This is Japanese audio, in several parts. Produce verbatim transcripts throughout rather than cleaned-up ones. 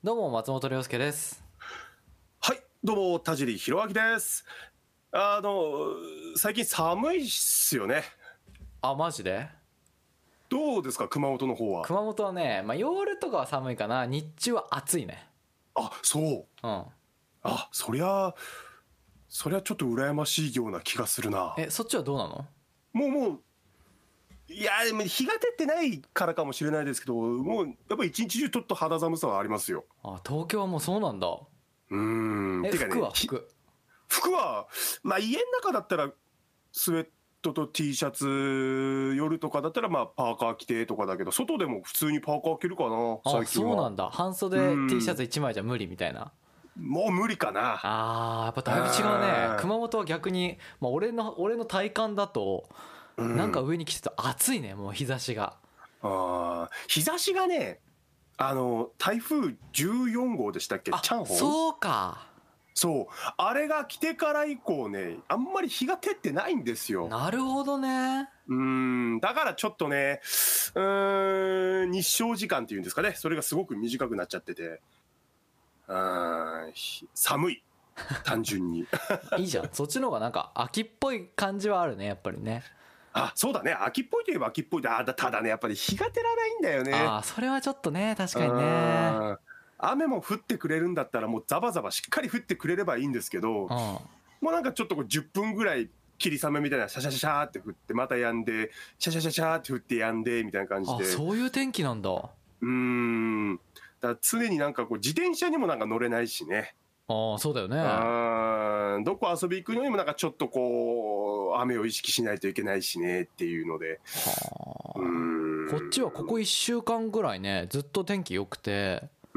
どうも松本涼介です。 はい、どうも田尻弘明です。あの最近寒いっすよね。 あ、マジで？ どうですか熊本の方は。 熊本はね、まあ、夜とかは寒いかな。日中は暑いね。 あ、そう。 うん。 あ、そりゃそりゃちょっと羨ましいような気がするな。 え、そっちはどうなの？ もうもういやでも日が出てないからかもしれないですけど、もうやっぱり一日中ちょっと肌寒さはありますよ。 あ、東京はもうそうなんだ。 うーん。 え、 てかね、 服は服服はまあ家の中だったらスウェットと T シャツ、夜とかだったらまあパーカー着てとかだけど、外でも普通にパーカー着るかなあ、 最近は。 そうなんだ。半袖 T シャツいちまいじゃ無理みたいな。 もう無理かな。 あー、やっぱだいぶ違うね。熊本は逆に、まあ、俺の俺の体感だと、うん、なんか上に来てると暑いね。もう日差しが。 あ、日差しがね、あの台風じゅうよんごうでしたっけ、チャンホン。 そうか。 そう、あれが来てから以降ね、あんまり日が照ってないんですよ。 なるほどね。 うーん、だからちょっとね、うーん、日照時間っていうんですかね、それがすごく短くなっちゃってて、あー、寒い、単純に。 いいじゃん。そっちの方がなんか秋っぽい感じはあるね、やっぱりね。 あ、そうだね、秋っぽいといえば秋っぽいだ。ただね、やっぱり日が照らないんだよね。 ああ、それはちょっとね、確かにね。 雨も降ってくれるんだったらもうザバザバしっかり降ってくれればいいんですけど、うん、もうなんかちょっとこうじゅっぷんぐらい霧雨みたいなシャシャシャシャーって降ってまた止んで、シャシャシャシャーって降って止んでみたいな感じで。 あ、そういう天気なんだ。 うーん、だから常になんかこう自転車にもなんか乗れないしね。 ああ、そうだよね。 あ、どこ遊び行くのにもなんかちょっとこう雨を意識しないといけないしねっていうので、 はあ、うーん、こっちはここいっしゅうかんぐらいねずっと天気良くて、うん、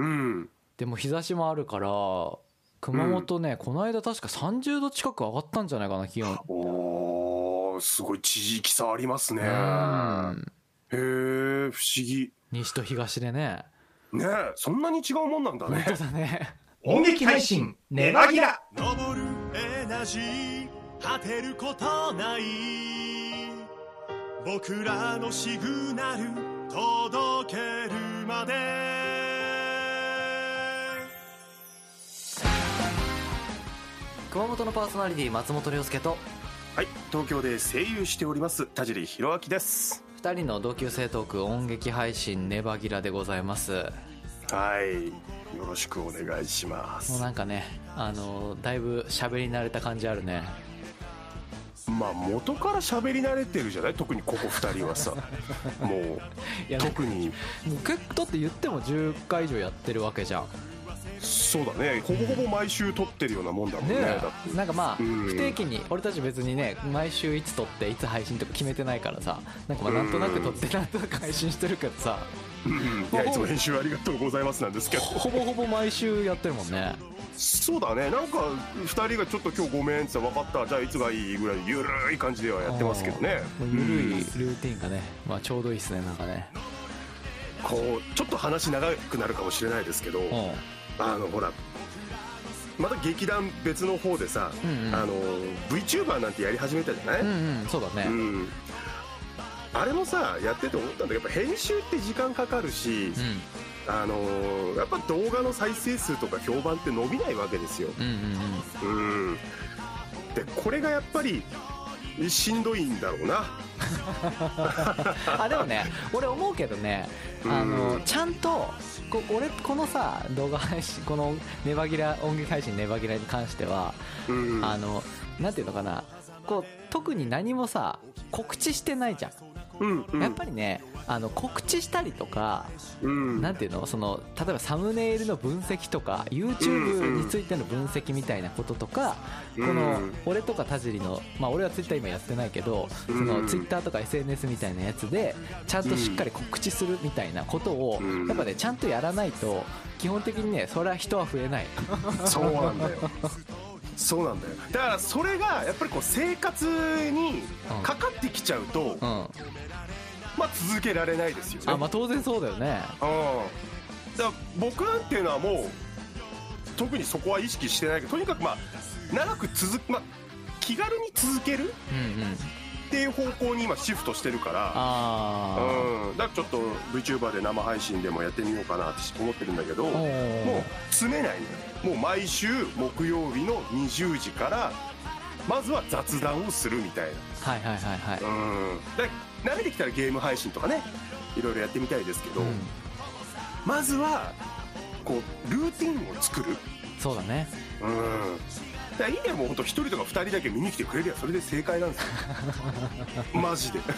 でも日差しもあるから熊本ね、うん、この間確かさんじゅうど近く上がったんじゃないかな気温。 おー、すごい地域差ありますね。うん、へー、不思議。 西と東でね。 ねえ、そんなに違うもんなんだね。 本当だね。 音劇配信ネバギラ。 昇るエナジー果てることない、僕らのシグナル届けるまで。 熊本のパーソナリティ松本涼介と、 はい、東京で声優しております田尻弘明です。 ふたりの同級生トーク音劇配信ネバギラでございます。 はい、よろしくお願いします。 もうなんかね、あのだいぶ喋り慣れた感じあるね。 まあ元から喋り慣れてるじゃない、特にここふたりはさ。もういや特にもう結構だって言ってもじゅっかい以上やってるわけじゃん。 そうだね、ほぼほぼ毎週撮ってるようなもんだもんね。ね、 だってなんかまあ不定期に俺たち別にね毎週いつ撮っていつ配信とか決めてないからさ、なんかまあなんとなく撮ってなんとなく配信してるけどさ、 うん、いやいつも編集ありがとうございますなんですけど、 ほぼほぼ毎週やってるもんね。 そうだね、なんかふたりがちょっと今日ごめんって言ったら分かったじゃあいつがいいぐらいゆるい感じではやってますけどね。 ゆるいルーティンがね、まあ、ちょうどいいっすね。なんかねこうちょっと話長くなるかもしれないですけど、あのほらまた劇団別の方でさ、うんうん、あの VTuber なんてやり始めたじゃない。 うんうん、そうだね、うん、 あれもさやってて思ったんだけど、やっぱ編集って時間かかるし、うん、あのー、やっぱ動画の再生数とか評判って伸びないわけですよ。うんうんうん、うん、でこれがやっぱりしんどいんだろうな。 あでもね俺思うけどね、あのちゃんとこ俺このさ動画配信このネバギラ音楽配信ネバギラに関しては、あのなんていうのかな、こう特に何もさ告知してないじゃん。うんうん、やっぱりねあの告知したりとか、うん、なんていうの、その例えばサムネイルの分析とか YouTube についての分析みたいなこととか、うん、この俺とか田尻の、まあ俺は Twitter 今やってないけど、その Twitter とか エスエヌエス みたいなやつでちゃんとしっかり告知するみたいなことをやっぱねちゃんとやらないと基本的にねそれは人は増えない。 そうなんだよ。そうなんだよ。だからそれがやっぱりこう生活にかかってきちゃうと、うんうん、まあ続けられないですよね。 あ、まあ当然そうだよね。 うん、だから僕なんていうのはもう特にそこは意識してないけど、とにかくまあ長く続く、まあ、気軽に続ける、うんうん、っていう方向に今シフトしてるから、あ、うん、だからちょっと VTuber で生配信でもやってみようかなって思ってるんだけど、もう詰めないのよ。もう毎週木曜日のにじゅうじからまずは雑談をするみたいな。 はいはいはいはい。 うんで慣れてきたらゲーム配信とかねいろいろやってみたいですけど、うん、まずはこうルーティンを作る。 そうだね。 うんいやいいね。もうほんとひとりとかふたりだけ見に来てくれりゃそれで正解なんですよマジで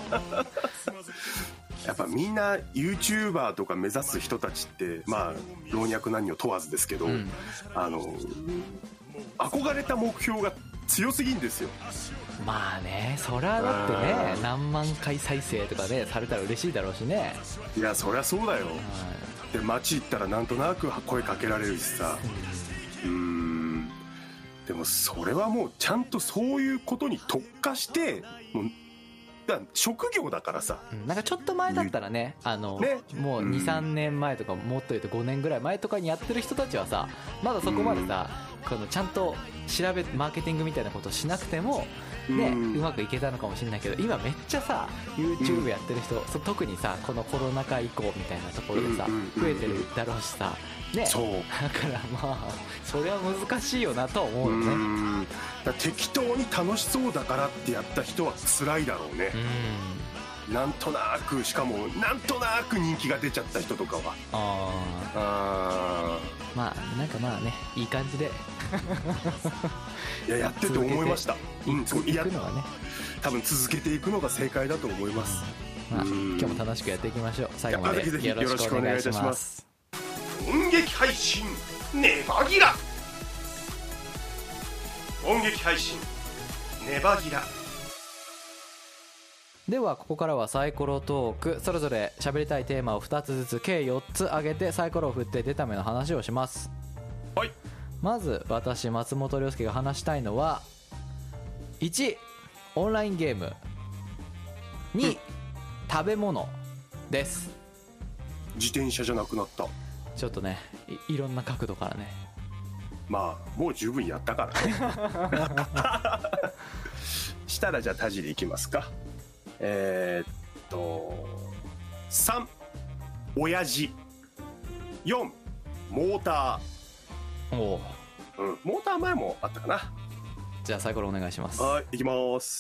やっぱみんな YouTuber とか目指す人たちってまあ老若男女問わずですけど、うん、あの憧れた目標が強すぎんですよ。 まあねそりゃだってね何万回再生とかねされたら嬉しいだろうしね。 いやそりゃそうだよ。で街行ったらなんとなく声かけられるしさ、うーんでもそれはもうちゃんとそういうことに特化してもうだ職業だからさ、 うん、なんかちょっと前だったらねあのねもう に,さん 年前とかもっと言うとごねんぐらい前とかにやってる人たちはさまだそこまでさ、うん、このちゃんと調べマーケティングみたいなことをしなくてもね、うん、うまくいけたのかもしれないけど今めっちゃさ YouTube やってる人、うん、特にさこのコロナ禍以降みたいなところでさ、うんうんうんうん、増えてるだろうしさね、そうだからまあそれは難しいよなとは思うよね。 うんだ適当に楽しそうだからってやった人は辛いだろうね。うんなんとなくしかもなんとなく人気が出ちゃった人とかはああまあなんかまあねいい感じでいややってて思いました。 うん、そういくのはね多分続けていくのが正解だと思います。 まあ、今日も楽しくやっていきましょう。最後までよろしくお願いします。 音劇配信ネバギラ音劇配信ネバギラではここからはサイコロトークそれぞれ喋りたいテーマをふたつずつ計よっつ挙げてサイコロを振って出た目の話をします。 はい。 まず私松本涼介が話したいのはいちオンラインゲームに食べ物です。 自転車じゃなくなった。 ちょっとね い, いろんな角度からねまあもう十分やったからねしたらじゃあ田尻いきますか。えー、っとさん親父よんモーター。おお、うん、モーター前もあったかな。 じゃあサイコロお願いします。 はいいきます。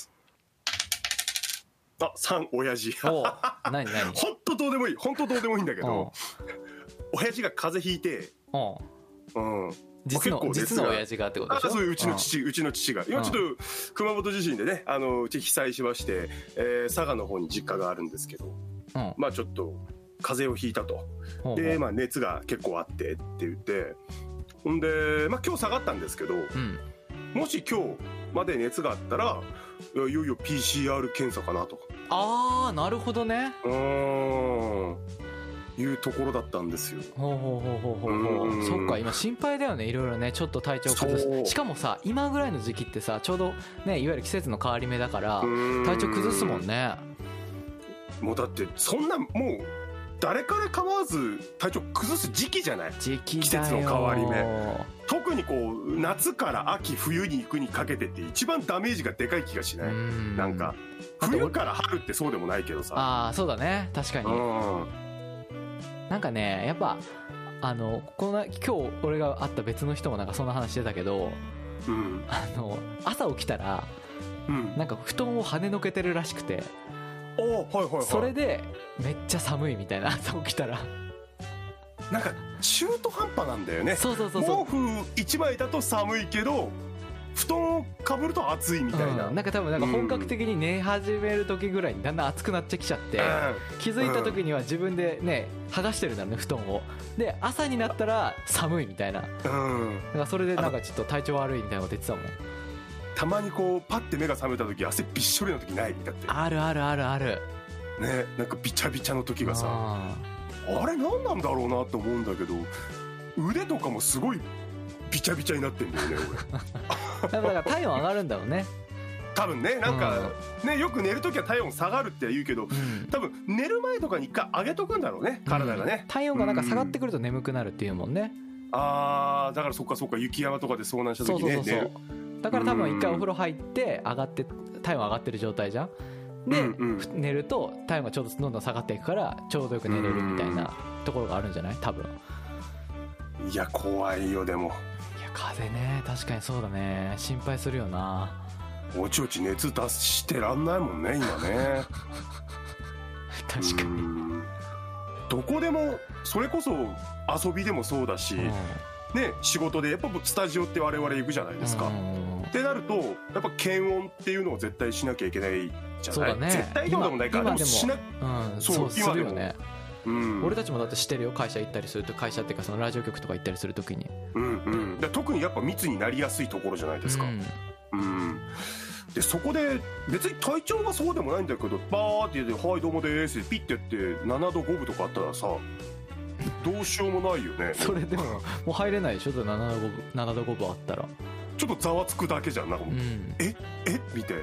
あさん親父お何何ほんとどうでもいいほんとどうでもいいんだけど親父が風邪ひいてうん実の実の親父がってことでしょ。 あそういううちの父うちの父が今ちょっと熊本地震でねあのうち被災しまして、えー、佐賀の方に実家があるんですけど、うん、まあちょっと風邪をひいたとでまあ熱が結構あってって言ってほんでまあ今日下がったんですけど、うん、もし今日まで熱があったらいよいよ ピーシーアール 検査かなと。 ああなるほどね。 うーんいうところだったんですよ。 ほうほうほうほうほうほう。そっか今心配だよねいろいろねちょっと体調崩す。しかもさ今ぐらいの時期ってさちょうどねいわゆる季節の変わり目だから体調崩すもんね。 もうだってそんなもう誰から構わず体調崩す時期じゃない。 時期季節の変わり目特にこう夏から秋冬に行くにかけてって一番ダメージがでかい気がしない。んなんか冬から春ってそうでもないけどさ。 ああそうだね確かに。なんかねやっぱあのこの今日俺が会った別の人もなんかそんな話してたけど、うん、あの朝起きたら、うん、なんか布団を跳ねのけてるらしくてお、はいはいはい、 それでめっちゃ寒いみたいな朝起きたらなんか中途半端なんだよね。 そうそうそうそう毛布いちまいだと寒いけど布団をかぶると暑いみたいな、 うん、なんか多分なんか本格的に寝始める時ぐらいにだんだん暑くなってきちゃって、うん、気づいた時には自分でね剥がしてるんだろうね布団を。で朝になったら寒いみたいな、うん、だからそれでなんかちょっと体調悪いみたいなこと言ってたもん。 たまにこうパッて目が覚めた時汗びっしょりの時ないだって。 あるあるあるあるねなんかびちゃびちゃの時がさ あ, あれ何なんだろうなと思うんだけど腕とかもすごいびちゃびちゃになってんだよね俺だから体温上がるんだろうね多分ねなんか、うん、ねよく寝るときは体温下がるって言うけど、うん、多分寝る前とかに一回上げとくんだろうね体がね、 うん、体温がなんか下がってくると眠くなるっていうもんね、 うん、あーだからそっかそっか雪山とかで遭難した時ね。そうそうそうそうだから多分一回お風呂入って上がって体温上がってる状態じゃんで、うんうん、寝ると体温がちょうどどんどん下がっていくからちょうどよく寝れるみたいなところがあるんじゃない多分。 いいや怖いよ。でもいや風邪ね、確かにそうだね、心配するよな。 おちおち熱出してらんないもんね今ね確かにどこでもそれこそ遊びでもそうだし、うん、ね、仕事でやっぱスタジオって我々行くじゃないですか、うん、ってなるとやっぱ検温っていうのを絶対しなきゃいけないじゃない。そうだね、絶対今でもないから、 今でもしな、 うん、そうするよね。うん、俺たちもだってしてるよ、会社行ったりすると、会社っていうかそのラジオ局とか行ったりするときに、 うんうん、だ特にやっぱ密になりやすいところじゃないですか、うんうん、でそこで別に体調がそうでもないんだけどバーって言って「はいどうもです」ってピッてやってななどごぶとかあったらさどうしようもないよねそれでももう入れないでしょ、ななどごぶあったらちょっとざわつくだけじゃん、なんかもう、うん、ええみたいな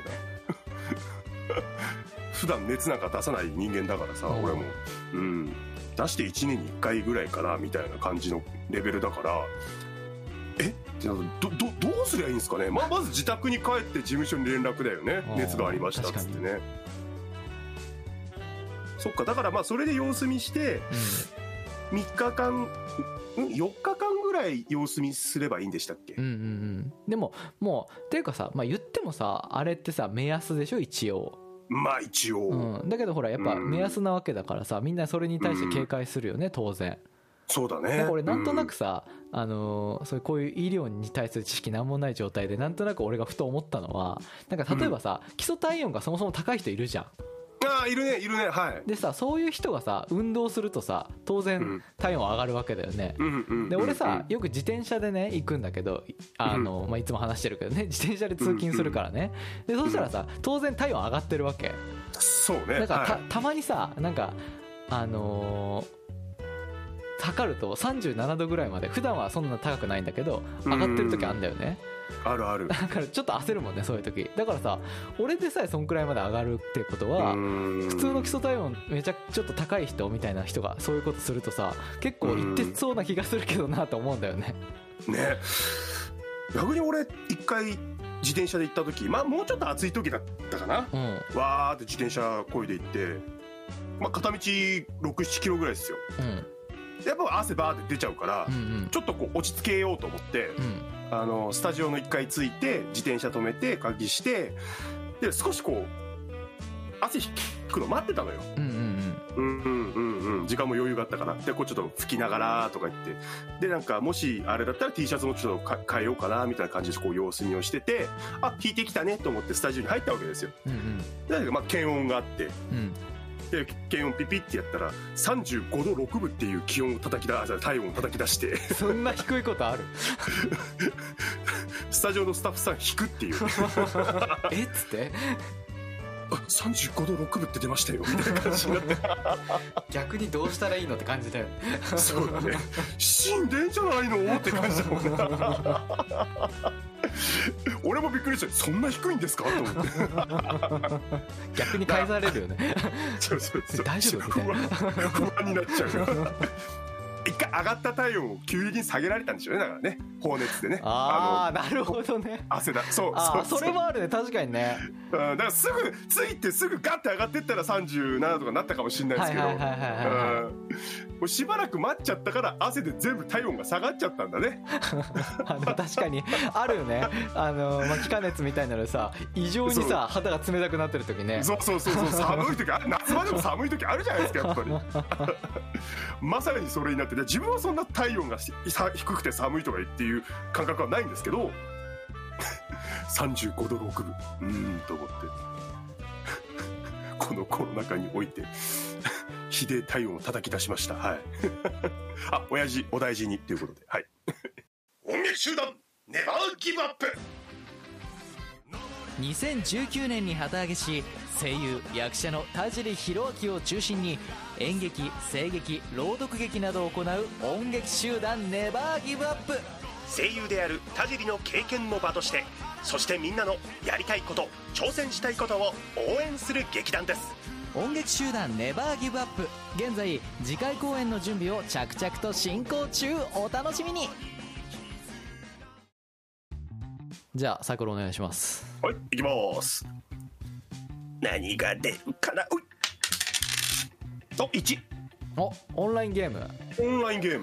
普段熱なんか出さない人間だからさ、俺も、うん、出していちねんにいっかいぐらいかなみたいな感じのレベルだから、えってなると ど, ど, どうすりゃいいんですかね、まあ、まず自宅に帰って事務所に連絡だよね、熱がありましたっつってね。そっか、だからまあそれで様子見して、うん、みっかかんよっかかんぐらい様子見すればいいんでしたっけ。うんうんうん、 でももうっていうかさ、まあ、言ってもさあれってさ目安でしょ一応。 まあ一応、 うん、だけどほらやっぱ目安なわけだからさ、みんなそれに対して警戒するよね、当然。 そうだね。 だから俺なんとなくさ、うん、あのー、そういうこういう医療に対する知識なんもない状態でなんとなく俺がふと思ったのは、なんか例えばさ、うん、基礎体温がそもそも高い人いるじゃん。 ああいるねいるね、はい。 でさ、そういう人がさ運動するとさ当然体温上がるわけだよね、うん、で俺さよく自転車でね行くんだけど、あの、まあ、いつも話してるけどね、自転車で通勤するからね。でそしたらさ当然体温上がってるわけ。 そうね。 だから た, たまにさなんかあのー、測るとさんじゅうななどぐらいまで、普段はそんな高くないんだけど上がってる時あんだよね。 あるある。 だからちょっと焦るもんねそういう時。だからさ俺でさえそんくらいまで上がるってことは、普通の基礎体温めちゃちょっと高い人みたいな人がそういうことするとさ結構いってそうな気がするけどなと思うんだよね。 ね、逆に俺一回自転車で行った時、まあもうちょっと暑い時だったかな、うん、わーって自転車こいで行って、まあ、片道ろく、ななキロぐらいですよ、うん、やっぱ汗バーって出ちゃうから、うんうん、ちょっとこう落ち着けようと思って、うん、あのスタジオのいっかい着いて自転車止めて換気して、で少しこう汗引くの待ってたのよ、うんうんうんうんうんうん、時間も余裕があったから、でこうちょっと拭きながらとか言って、でなんかもしあれだったら T シャツもちょっと変えようかなみたいな感じでこう様子見をしてて、あ引いてきたねと思ってスタジオに入ったわけですよ、うんうん、だけどまあ検温があって、うん、で検温ピピってやったらさんじゅうごどろくぶっていう気温を叩き出体温を叩き出してそんな低いことあるスタジオのスタッフさん引くっていうえっつってさんじゅうごどろくぶって出ましたよみたいな感じになって逆にどうしたらいいのって感じだよねそうだね、死んでんじゃないのって感じだもんな俺もびっくりして、そんな低いんですかと思って逆に返されるよねそうそうそう、 大丈夫みたいな不安になっちゃうよ一回上がった体温を急激に下げられたんでしょうね、だからね、放熱でね。 ああなるほどね。 汗だ、そうそうそう、それもあるね、確かにね。 うん、だからすぐついてすぐガッて上がってったらさんじゅうななとかなったかもしれないですけど、もうしばらく待っちゃったから汗で全部体温が下がっちゃったんだねあの確かにあるよね、あの、まあ、気化熱みたいなのでさ異常にさ肌が冷たくなってる時ね。 そうそうそうそう、寒い時ある、夏場でも寒い時あるじゃないですかやっぱりまさにそれになって、自分はそんな体温が低くて寒いとかっていう感覚はないんですけどさんじゅうごどろくぶ、うーんと思ってこのコロナ禍においてひでえ体温を叩き出しました。はいあ、親父お大事にということで、はい音楽集団ネバーギブアップ。 にせんじゅうきゅうねんに旗揚げし、声優役者の田尻弘明を中心に演劇、声劇、朗読劇などを行う音劇集団ネバーギブアップ。 声優である田尻の経験の場として、そしてみんなのやりたいこと、挑戦したいことを応援する劇団です。 音劇集団ネバーギブアップ、現在次回公演の準備を着々と進行中。お楽しみに。 じゃあサイコロお願いします。 はい、いきます。何が出るかな。ういおいち。 お、オンラインゲーム。 オンラインゲーム。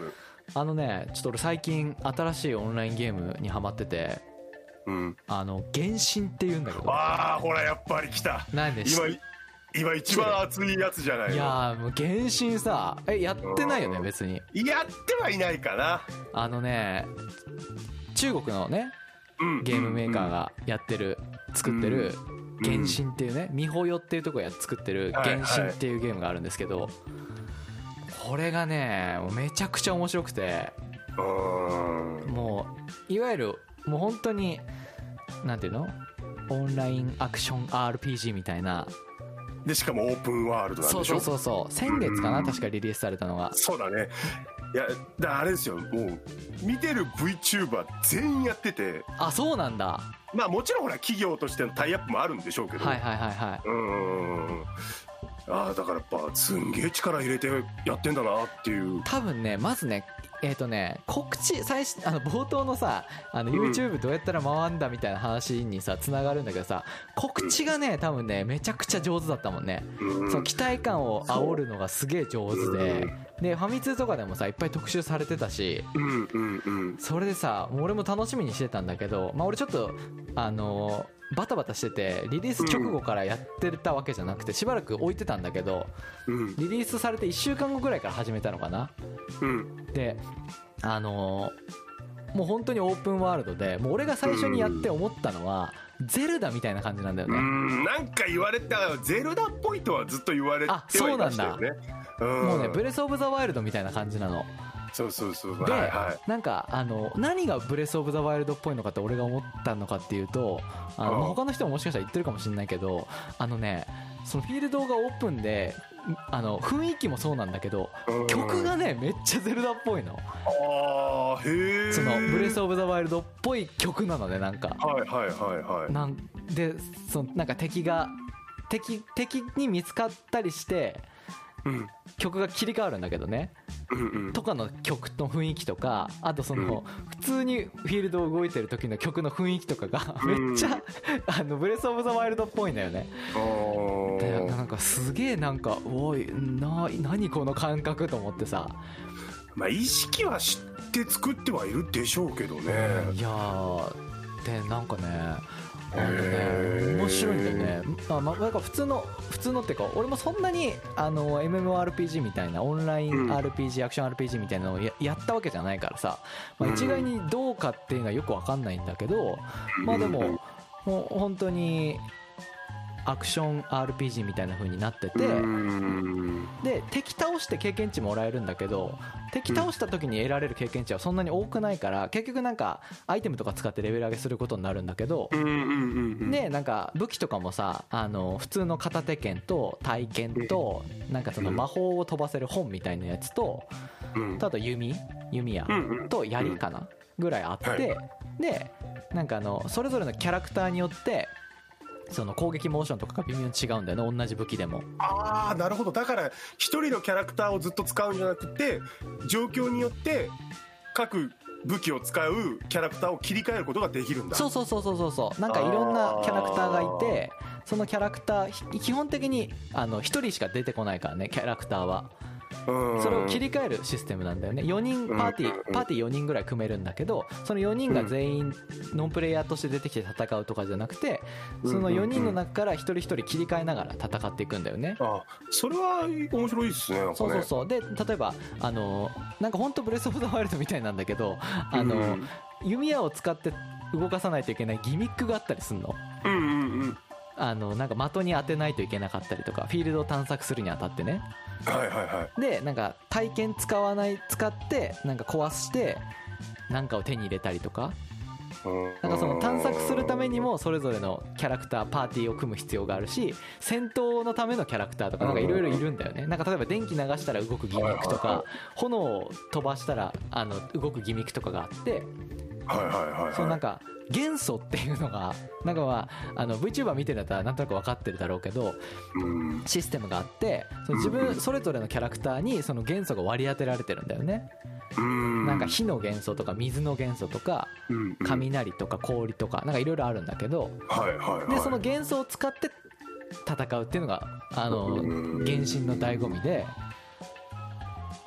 あのねちょっと俺最近新しいオンラインゲームにハマってて、 うん、 あの原神っていうんだけど。 ああほらやっぱり来た。 何でした？ 今今一番熱いやつじゃないの。 いやもう原神さえやってないよね別に。 やってはいないかな。 あのね中国のねゲームメーカーがやってる作ってる原神っていうねミホヨっていうところが作ってる原神っていうゲームがあるんですけど、これがねめちゃくちゃ面白くて、もういわゆるもう本当になんていうのオンラインアクション アールピージー みたいなで、しかもオープンワールドなんでしょ。 そうそうそうそう先月かな、確かリリースされたのが。 そうだね。いやだあれですよ、もう見てる VTuber 全員やってて。あ、 そうなんだ。 まあもちろんほら企業としてのタイアップもあるんでしょうけど。 はいはいはいはい。 うんああだからやっぱすんげえ力入れてやってんだなっていう。 多分ねまずねえっとね告知最初あの冒頭のさあの YouTube どうやったら回んだみたいな話にさつながるんだけどさ、告知がね多分ねめちゃくちゃ上手だったもんね。その期待感を煽るのがすげえ上手で、でファミ通とかでもさいっぱい特集されてたし、それでさもう俺も楽しみにしてたんだけど、まあ俺ちょっとあのバタバタしててリリース直後からやってたわけじゃなくてしばらく置いてたんだけど、リリースされていっしゅうかんごぐらいから始めたのかな。であのー、もう本当にオープンワールドでもう俺が最初にやって思ったのはゼルダみたいな感じなんだよね。 うんなんか言われたゼルダっぽいとはずっと言われてはいましたよね。 うん、もうねブレスオブザワイルドみたいな感じなの。 そうそうそう。 で、 はいはい、 なんかあの何がブレスオブザワイルドっぽいのかって俺が思ったのかっていうと、あの他の人ももしかしたら言ってるかもしれないけど、あのねそのフィールドがオープンであの雰囲気もそうなんだけど曲がねめっちゃゼルダっぽいの。 あーへー。 そのブレスオブザワイルドっぽい曲なのねなんか。 はいはいはいはい。 なんでそのなんか敵が敵敵に見つかったりして。うん、曲が切り替わるんだけどね、うんうん、とかの曲の雰囲気とかあとその、うん、普通にフィールドを動いてる時の曲の雰囲気とかがめっちゃ、うん、あのブレスオブザワイルドっぽいんだよね。でなんかすげえなんかおいな何この感覚と思ってさ、 まあ意識は知って作ってはいるでしょうけどね。 いやーでなんかねあのね面白いんだよね。あ、まあ、なんか普通の普通のっていうか俺もそんなにあの エムエムオーアールピージー みたいなオンライン アールピージー、うん、アクション アールピージー みたいなのを や, やったわけじゃないからさ、まあ、一概にどうかっていうのはよく分かんないんだけど、まあでももう本当にアクション アールピージー みたいな風になってて、で敵倒して経験値もらえるんだけど敵倒した時に得られる経験値はそんなに多くないから結局なんかアイテムとか使ってレベル上げすることになるんだけど、でなんか武器とかもさあの普通の片手剣と体剣となんかその魔法を飛ばせる本みたいなやつとあと弓弓矢と槍かなぐらいあって、でなんかあのそれぞれのキャラクターによってその攻撃モーションとかが微妙に違うんだよね同じ武器でも。 ああなるほど。だから一人のキャラクターをずっと使うんじゃなくて状況によって各武器を使うキャラクターを切り替えることができるんだ。 そうそうそうそうそうなんかいろんなキャラクターがいてそのキャラクター基本的にあのひとりしか出てこないからねキャラクターは。それを切り替えるシステムなんだよね。よにんパーティーパーティーよにんぐらい組めるんだけどそのよにんが全員ノンプレイヤーとして出てきて戦うとかじゃなくてそのよにんの中から一人一人切り替えながら戦っていくんだよね。 あそれは面白いっすね。なんかねそうそうそう。で例えばあのなんか本当ブレスオブザワイルドみたいなんだけどあの弓矢を使って動かさないといけないギミックがあったりするの。うんうんうんあのなんか的に当てないといけなかったりとかフィールドを探索するにあたってね。 はいはいはい。 でなんか体験使わない使ってなんか壊してなんかを手に入れたりとかなんかその探索するためにもそれぞれのキャラクターパーティーを組む必要があるし戦闘のためのキャラクターとかなんかいろいろいるんだよね。なんか例えば電気流したら動くギミックとか炎を飛ばしたらあの動くギミックとかがあってはいはいはいはい。 そうなんか元素っていうのがなんかまああの VTuber 見てるんだったらなんとなく分かってるだろうけどシステムがあってその自分それぞれのキャラクターにその元素が割り当てられてるんだよね。なんか火の元素とか水の元素とか雷とか氷とかなんかいろいろあるんだけどでその元素を使って戦うっていうのがあの原神の醍醐味で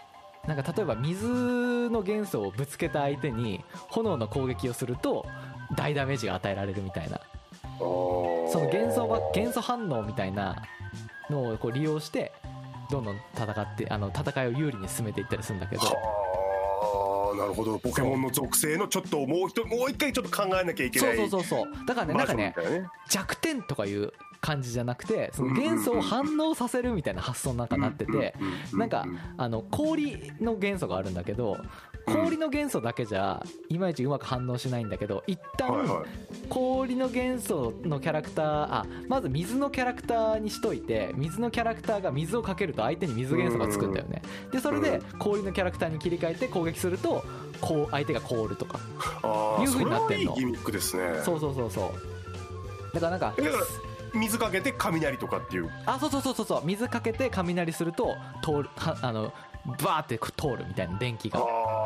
なんか例えば水の元素をぶつけた相手に炎の攻撃をすると大ダメージが与えられるみたいな、その元素ば元素反応みたいなのをこう利用してどんどん戦ってあの戦いを有利に進めていったりするんだけど。 はあ、なるほど。ポケモンの属性のちょっともう一もう一回ちょっと考えなきゃいけない。 そうそうそうそう。だからね、なんかね、 ね弱点とかいう感じじゃなくて、その元素を反応させるみたいな発想なんかなってて、なんかあの氷の元素があるんだけど、氷の元素だけじゃいまいちうまく反応しないんだけど、一旦氷の元素のキャラクター、あ、まず水のキャラクターにしといて、水のキャラクターが水をかけると相手に水元素がつくんだよね。でそれで氷のキャラクターに切り替えて攻撃するとこう相手が凍るとかいう風になってんの。 それはいいギミックですね。 そうそうそうそう。だからなんか水かけて雷とかっていう。 あ、そうそうそうそう、水かけて雷すると通る、はあのバーって通るみたいな電気が。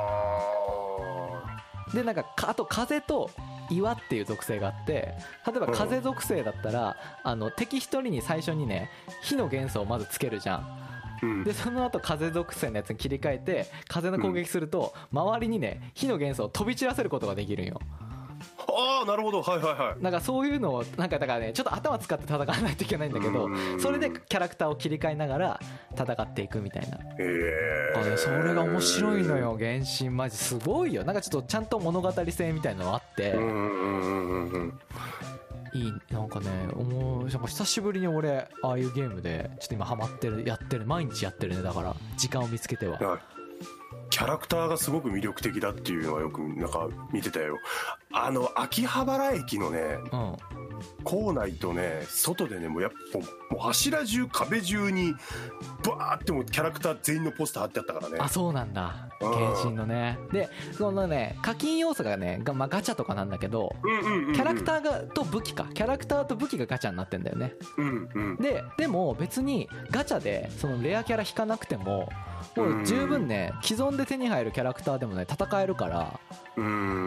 でなんかあと風と岩っていう属性があって、例えば風属性だったら、うん、あの敵一人に最初にね火の元素をまずつけるじゃん。うん、でその後風属性のやつに切り替えて風の攻撃すると、うん、周りにね火の元素を飛び散らせることができるんよ。 ああ、なるほど。はいはいはい。 なんかそういうのをなんかだからね、ちょっと頭使って戦わないといけないんだけど、それでキャラクターを切り替えながら戦っていくみたいな。へえ。それが面白いのよ。原神マジすごいよ。なんかちょっとちゃんと物語性みたいなのあって、うんうんうん、いい。なんかね、もうなんか久しぶりに俺ああいうゲームでちょっと今ハマってる、やってる、毎日やってるね。だから時間を見つけては。はい、 キャラクターがすごく魅力的だっていうのはよくなんか見てたよ。あの秋葉原駅のね、うん、構内とね外でね、もうやっぱもう柱中壁中にバーってもうキャラクター全員のポスター貼ってあったからね。 あ、そうなんだ。原神のね。でそのね課金要素がねが、まあ、ガチャとかなんだけど、うんうんうんうん、キャラクターがと武器かキャラクターと武器がガチャになってんだよね。うんうん、ででも別にガチャでそのレアキャラ引かなくてももう十分ね既存で手に入るキャラクターでもね戦えるから、うん、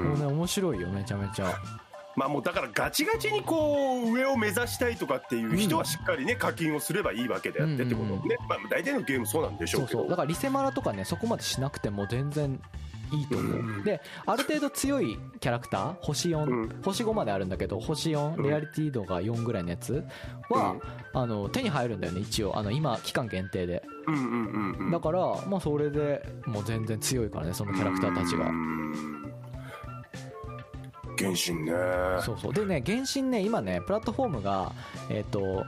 もうね面白いよめちゃめちゃ。 まあもうだからガチガチにこう上を目指したいとかっていう人はしっかりね課金をすればいいわけであってってことね。まあ大体のゲームそうなんでしょうけど。 そうそう、だからリセマラとかねそこまでしなくても全然いいと思う、うん、である程度強いキャラクター星よん、うん、星ごまであるんだけど星よんレアリティ度がよんぐらいのやつは、うん、あの手に入るんだよね一応。あの今期間限定で、うんうんうんうん、だからまあそれでもう全然強いからねそのキャラクターたちが。 原神ね。 そうそう。でね原神ね今ねプラットフォームがえっと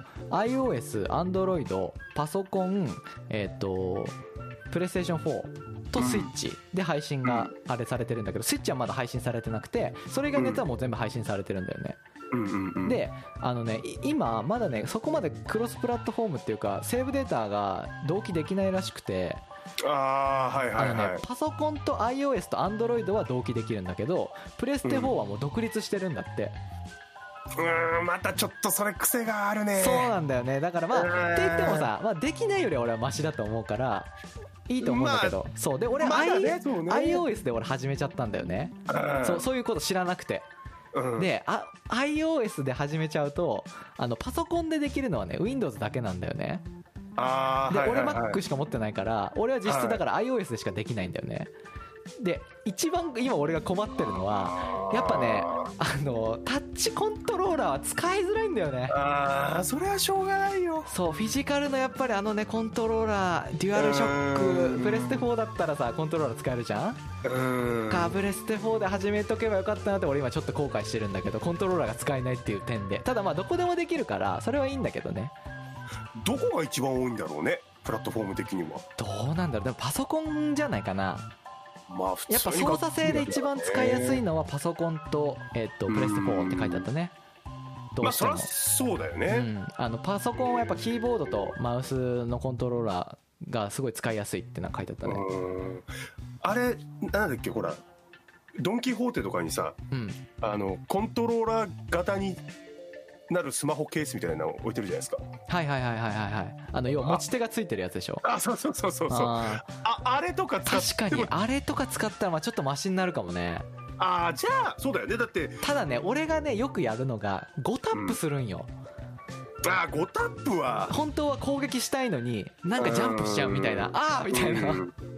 iOS、Android、パソコン、えっとプレイステーションフォーとスイッチで配信があれされてるんだけど、スイッチはまだ配信されてなくて、それ以外のやつはもう全部配信されてるんだよね。であのね今まだねそこまでクロスプラットフォームっていうかセーブデータが同期できないらしくて、 あーはいはいはい、あのねパソコンと iOS と Android は同期できるんだけどプレステフォーはもう独立してるんだって。 うーん、またちょっとそれ癖があるね。 そうなんだよね。だからまあって言ってもさ、まあ、できないよりは俺はマシだと思うからいいと思うんだけど、まあ、そうで俺、まねね、iOS で俺始めちゃったんだよね。そうそういうこと知らなくて、うん、であ iOS で始めちゃうとあのパソコンでできるのはね Windows だけなんだよね。 あで、はいはいはい、俺 Mac しか持ってないから俺は実質だから iOS でしかできないんだよね。で一番今俺が困ってるのはやっぱねあのタッチコントローラーは使いづらいんだよね。 ああそれはしょうがないよ。 そうフィジカルのやっぱりあのねコントローラーデュアルショックプレステフォーだったらさコントローラー使えるじゃん。うんかプレステフォーで始めとけばよかったなって俺今ちょっと後悔してるんだけどコントローラーが使えないっていう点で。ただまあどこでもできるからそれはいいんだけどね。 どこが一番多いんだろうねプラットフォーム的には。 どうなんだろう。でもパソコンじゃないかな。まあ、やっぱ操作性で一番使いやすいのはパソコンと、えっと、プレステフォーって書いてあったね。どうしても、まあ、 そりゃそうだよね、うん、 あのパソコンはやっぱキーボードとマウスのコントローラーがすごい使いやすいってのは書いてあったね。 うんあれなんだっけほらドンキホーテとかにさ、うん、あのコントローラー型になるスマホケースみたいなのを置いてるじゃないですか。 はいはいはいはいはいあの要は持ち手がついてるやつでしょ。 あそうそうそうそうそう あ, あ, あれとか使って確かにあれとか使ったらまあちょっとマシになるかもね。 ああじゃあそうだよね。だってただね俺がねよくやるのがごタップするんよ、 うん、ああごタップは本当は攻撃したいのになんかジャンプしちゃうみたいなああみたいな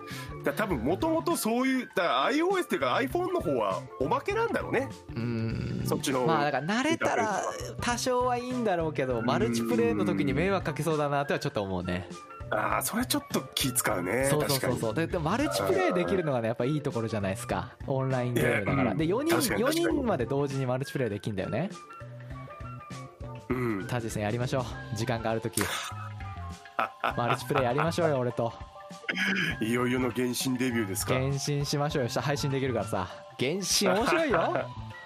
だ多分もともとそういうだから iOS っていうか iPhone の方はおまけなんだろうね。 うん、 そっちのまあだから慣れたら多少はいいんだろうけど、マルチプレイの時に迷惑かけそうだなとはちょっと思うね。 ああそれちょっと気使うね。 そうそうそうそう。ででもマルチプレイできるのがねやっぱいいところじゃないですか、オンラインゲームだから。でよにんよにんまで同時にマルチプレイできるんだよね。うん、タジさんやりましょう、時間がある時マルチプレイやりましょうよ俺と。 いよいよの原神デビューですか。 原神しましょうよ、した配信できるからさ。原神面白いよ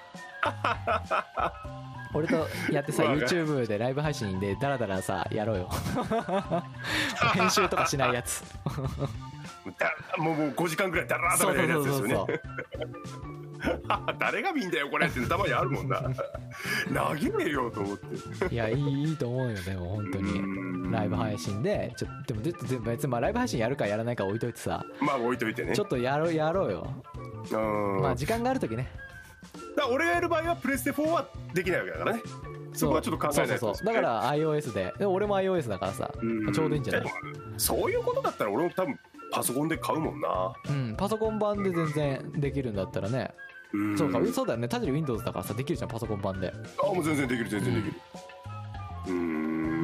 俺とやってさ YouTube でライブ配信でダラダラさやろうよ編集とかしないやつもうもうごじかんぐらいダラダラやるやつですよね。誰が見んだよこれってたまにあるもんな投げねえよと思って。 いやいいいいと思うよ。でも本当にライブ配信でちょっとでもでも別にまあライブ配信やるかやらないか置いといてさ、 まあ置いといてね、 ちょっとやろうやろうよ。まあ時間がある時ね。 だから俺がやる場合はプレステフォーはできないわけだからね。そこはちょっと考えないと、ね、 そうそうそう。だから iOS で、でも俺も iOS だからさ、ちょうどいいんじゃない。 そういうことだったら俺も多分パソコンで買うもんな。 うん、パソコン版で全然できるんだったらね。うん、そうか、そうだよね。タジル Windows だからさできるじゃん、パソコン版で。 あもう全然できる全然できる。 うん、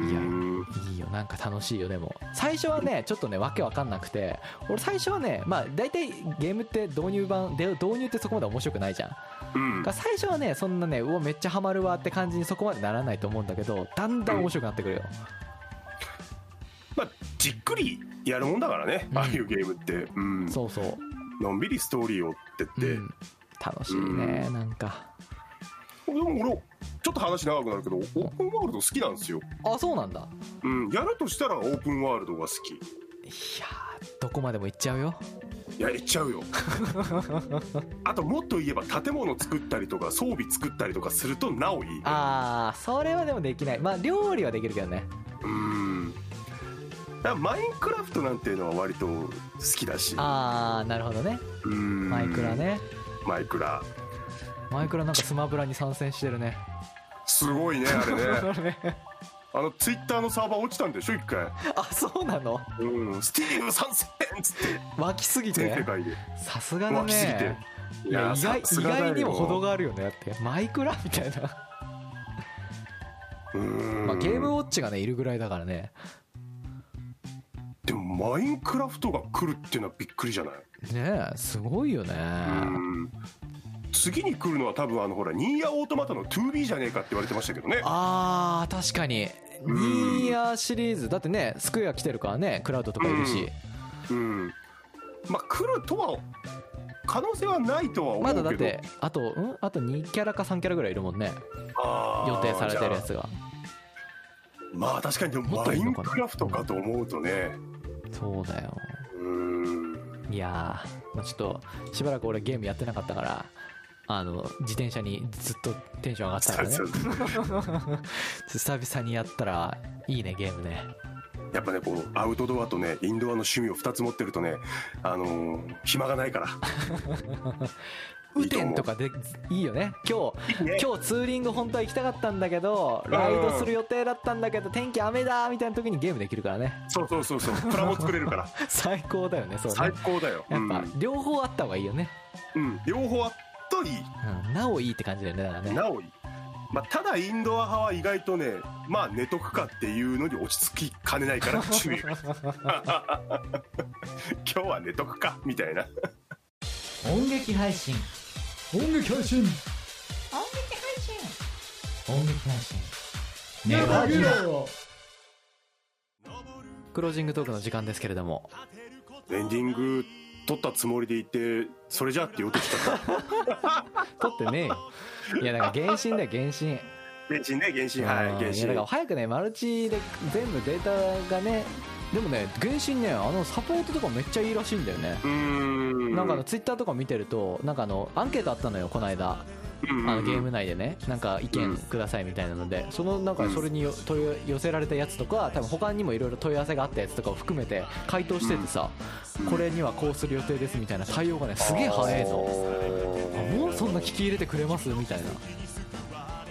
いやいいよ、なんか楽しいよ。でも最初はねちょっとねわけわかんなくて、俺最初はねまあ大体ゲームって導入版で導入ってそこまで面白くないじゃん。うん、最初はねそんなねうわめっちゃハマるわって感じにそこまでならないと思うんだけど、だんだん面白くなってくるよ。 うん、まあじっくりやるもんだからね、うん、ああいうゲームって、うん、そうそうのんびりストーリーをってって、うん、 楽しいね、うん、なんか。 でも俺ちょっと話長くなるけどオープンワールド好きなんですよ。 あそうなんだ。 うんやるとしたらオープンワールドが好き。いやどこまでも行っちゃうよ。 いや行っちゃうよあともっと言えば建物作ったりとか装備作ったりとかするとなおいい、ね、 ああそれはでもできない。まあ料理はできるけどね。うーんだからマインクラフトなんていうのは割と好きだし。 ああなるほどね。うーんマイクラね。 マイクラマイクラなんかスマブラに参戦してるね。 すごいねあれねあのツイッターのサーバー落ちたんでしょ一回。 あそうなの。 うんスティーム参戦っつって湧きすぎて全世界でさすがだね。湧きすぎていや意外意外にも程があるよね。だってマイクラみたいなうーん、まあ、ゲームウォッチがねいるぐらいだからね。 でもマインクラフトが来るっていうのはびっくりじゃない。 ねえすごいよね。うん次に来るのは多分あのほらニーヤオートマタの ツービー じゃねえかって言われてましたけどね。 あー確かにニーヤシリーズだってねスクエア来てるからね、クラウドとかいるし。うん、うん、まあ来るとは可能性はないとは思うけど、まだだってあとんあとにキャラかさんキャラぐらいいるもんね、予定されてるやつが。 まあ確かにでもマインクラフトかと思うとね。 そうだよ。うーんいやー、まあ、ちょっとしばらく俺ゲームやってなかったからあの自転車にずっとテンション上がったからね久々にやったらいいねゲームね。 やっぱねこうアウトドアとねインドアの趣味をふたつ持ってるとね、あのー、暇がないから雨天とかでいいよね。今日いいね、今日ツーリング本当は行きたかったんだけどライドする予定だったんだけど天気雨だみたいな時にゲームできるからね。 そうそうそうそうプラも作れるから最高だよね。そうね最高だよ。 やっぱ、うん、両方あった方がいいよね。 うん両方あったといい、 うん、なおいいって感じだよね。だからねなおいい、まあ、ただインドア派は意外とねまあ寝とくかっていうのに落ち着きかねないから注意今日は寝とくかみたいな音劇配信音劇配信音劇配信音劇配信ネバギラクロージングトークの時間ですけれども、 エンディング撮ったつもりでいてそれじゃって言おうとしちゃった撮ってねえよ。いやだから原神だよ原神原神ね原神はい原神。いやだから早くねマルチで全部データがね。でもね原神ねあのサポートとかめっちゃいいらしいんだよね。うーんなんかあのツイッターとか見てるとなんかあのアンケートあったのよこの間。あのゲーム内でねなんか意見くださいみたいなので、そのなんかそれに問い寄せられたやつとか多分他にもいろいろ問い合わせがあったやつとかを含めて回答しててさ、これにはこうする予定ですみたいな対応がねすげえ早いぞ。もうそんな聞き入れてくれますみたいな。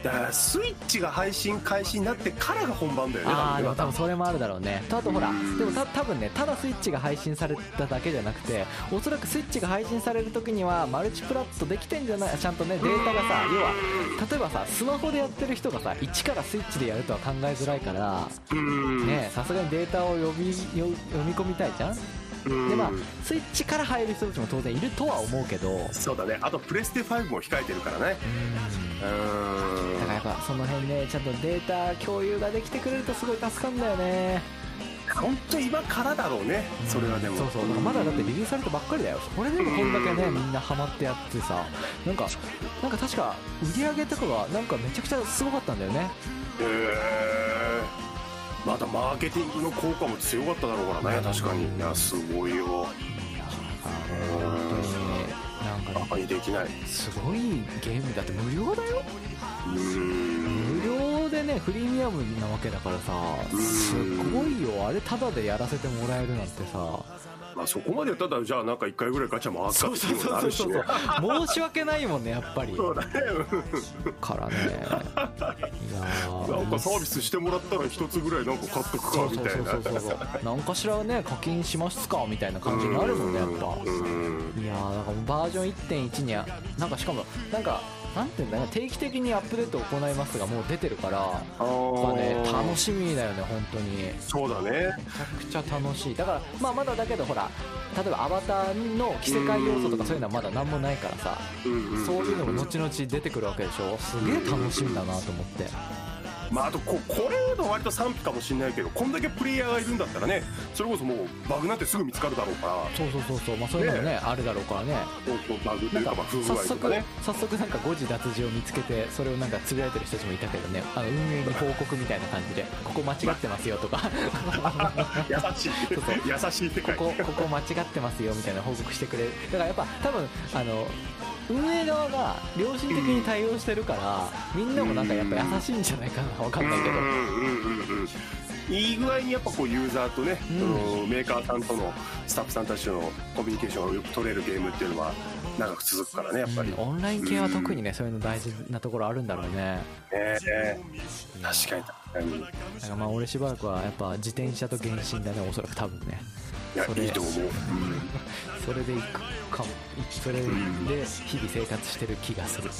だからスイッチが配信開始になってからが本番だよね。 ああでも多分それもあるだろうね。とあとほらでもた多分ねただスイッチが配信されただけじゃなくて、おそらくスイッチが配信される時にはマルチプラットできてんじゃない、ちゃんとねデータがさ、要は例えばさスマホでやってる人がさ一からスイッチでやるとは考えづらいからね、さすがにデータを読み読み込みたいじゃん。でまあスイッチから入る人たちも当然いるとは思うけど、 そうだね。あとプレステファイブも控えてるからね。 うんだからやっぱその辺ねちゃんとデータ共有ができてくれるとすごい助かるんだよね。 本当今からだろうね、それは。でもそうそうだからまだだってリリースされたばっかりだよ。これでもこんだけねみんなハマってやってさ、なんかなんか確か売り上げとかがなんかめちゃくちゃすごかったんだよね。 へえー、まだマーケティングの効果も強かっただろうからね。確かに。いやすごいよ。 本当になんかバカにできない。 すごいゲームだって無料だよ。 うーん無料でねフリーミアムなわけだからさ、すごいよ。あれタダでやらせてもらえるなんてさ、 まあそこまでやったらじゃあなんかいっかいぐらいガチャ回ったっていうのもあるしね。 申し訳ないもんねやっぱり。 そうだねからね。いやなんかサービスしてもらったら一つぐらいなんか買っとくかみたいな。 そうそうそうそう何かしらね課金しますかみたいな感じになるもんねやっぱ。いやーだからバージョン いってんいち にはなんかしかもなんかなんていうんだろう、定期的にアップデートを行いますがもう出てるから、まあね楽しみだよね本当に。 そうだね。 めちゃくちゃ楽しい。だからまあまだだけどほら例えばアバターの着せ替え要素とかそういうのはまだ何もないからさ、そういうのも後々出てくるわけでしょ。すげえ楽しみだなと思って。 まああと こ, これの割と賛否かもしれないけど、こんだけプレイヤーがいるんだったらね、それこそもうバグなんてすぐ見つかるだろうから。 そうそうそうそう、まあそういうのも ね, ねあるだろうからね。 そうそうバグというかまあ不具合とかね。 早速なんか誤字脱字を見つけてそれをなんかつぶやいてる人たちもいたけどね、あの運営に報告みたいな感じでここ間違ってますよとか優しいそうそう優しい世界。 ここここ間違ってますよみたいな報告してくれる。だからやっぱ多分あの運営側が良心的に対応してるから、うん、みんなもなんかやっぱ優しいんじゃないかな、分かんないけど、うんうんうんうん、いい具合にやっぱこうユーザーとね、うん、そのメーカーさんとのスタッフさんたちのコミュニケーションがよく取れるゲームっていうのは長く続くからねやっぱり、うん、 オンライン系は特にね、うん、そういうの大事なところあるんだろうね。 ええー、確かに確かに。 だからまあ俺しばらくはやっぱ自転車と原神だね、おそらく多分ね。 いやいいと思う、うん、 それでいくかも。それで日々生活してる気がする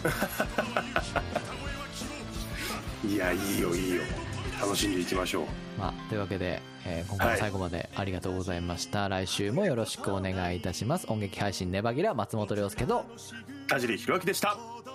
いやいいよいいよ、楽しんでいきましょう。 まあというわけで、えー、今回も最後までありがとうございました、はい、来週もよろしくお願いいたします。音劇配信ネバギラ松本涼介と田尻弘明でした。